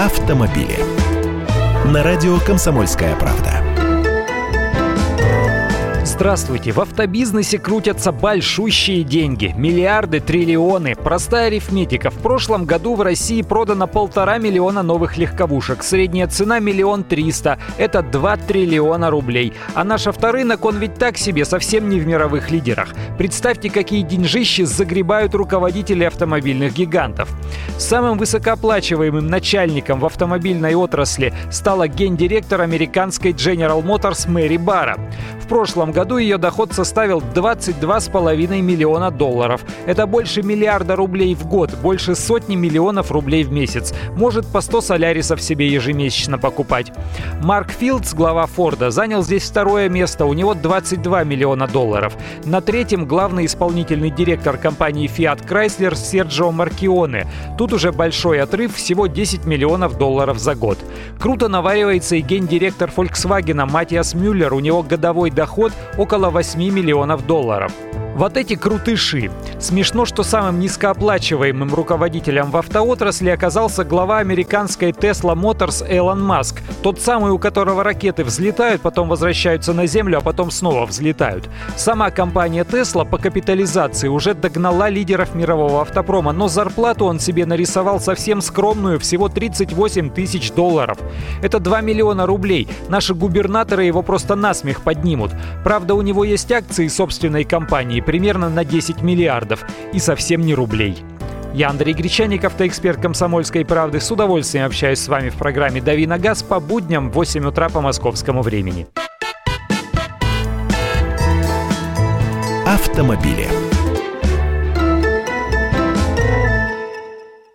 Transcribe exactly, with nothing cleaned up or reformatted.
автомобили. На радио «Комсомольская правда». Здравствуйте! В автобизнесе крутятся большущие деньги. Миллиарды, триллионы. Простая арифметика. В прошлом году в России продано полтора миллиона новых легковушек. Средняя цена миллион триста. Это два триллиона рублей. А наш авторынок, он ведь так себе, совсем не в мировых лидерах. Представьте, какие деньжищи загребают руководители автомобильных гигантов. Самым высокооплачиваемым начальником в автомобильной отрасли стала гендиректор американской General Motors Мэри Барра. В прошлом году ее доход составил двадцать два с половиной миллиона долларов. Это больше миллиарда рублей в год, больше сотни миллионов рублей в месяц. Может по сто солярисов себе ежемесячно покупать. Марк Филдс, глава Форда, занял здесь второе место. У него двадцать два миллиона долларов. На третьем главный исполнительный директор компании Fiat Chrysler Серджио Маркионе. Тут уже большой отрыв, всего десять миллионов долларов за год. Круто наваривается и гендиректор Volkswagen Матиас Мюллер. У него годовой доход около восемь миллионов долларов. Вот эти крутыши. Смешно, что самым низкооплачиваемым руководителем в автоотрасли оказался глава американской Tesla Motors Элон Маск. Тот самый, у которого ракеты взлетают, потом возвращаются на Землю, а потом снова взлетают. Сама компания Tesla по капитализации уже догнала лидеров мирового автопрома, но зарплату он себе нарисовал совсем скромную, всего тридцать восемь тысяч долларов. Это два миллиона рублей. Наши губернаторы его просто насмех поднимут. Правда, у него есть акции собственной компании, примерно на десять миллиардов. И совсем не рублей. Я Андрей Гречаник, автоэксперт «Комсомольской правды». С удовольствием общаюсь с вами в программе «Дави на газ» по будням в восемь утра по московскому времени. Автомобили.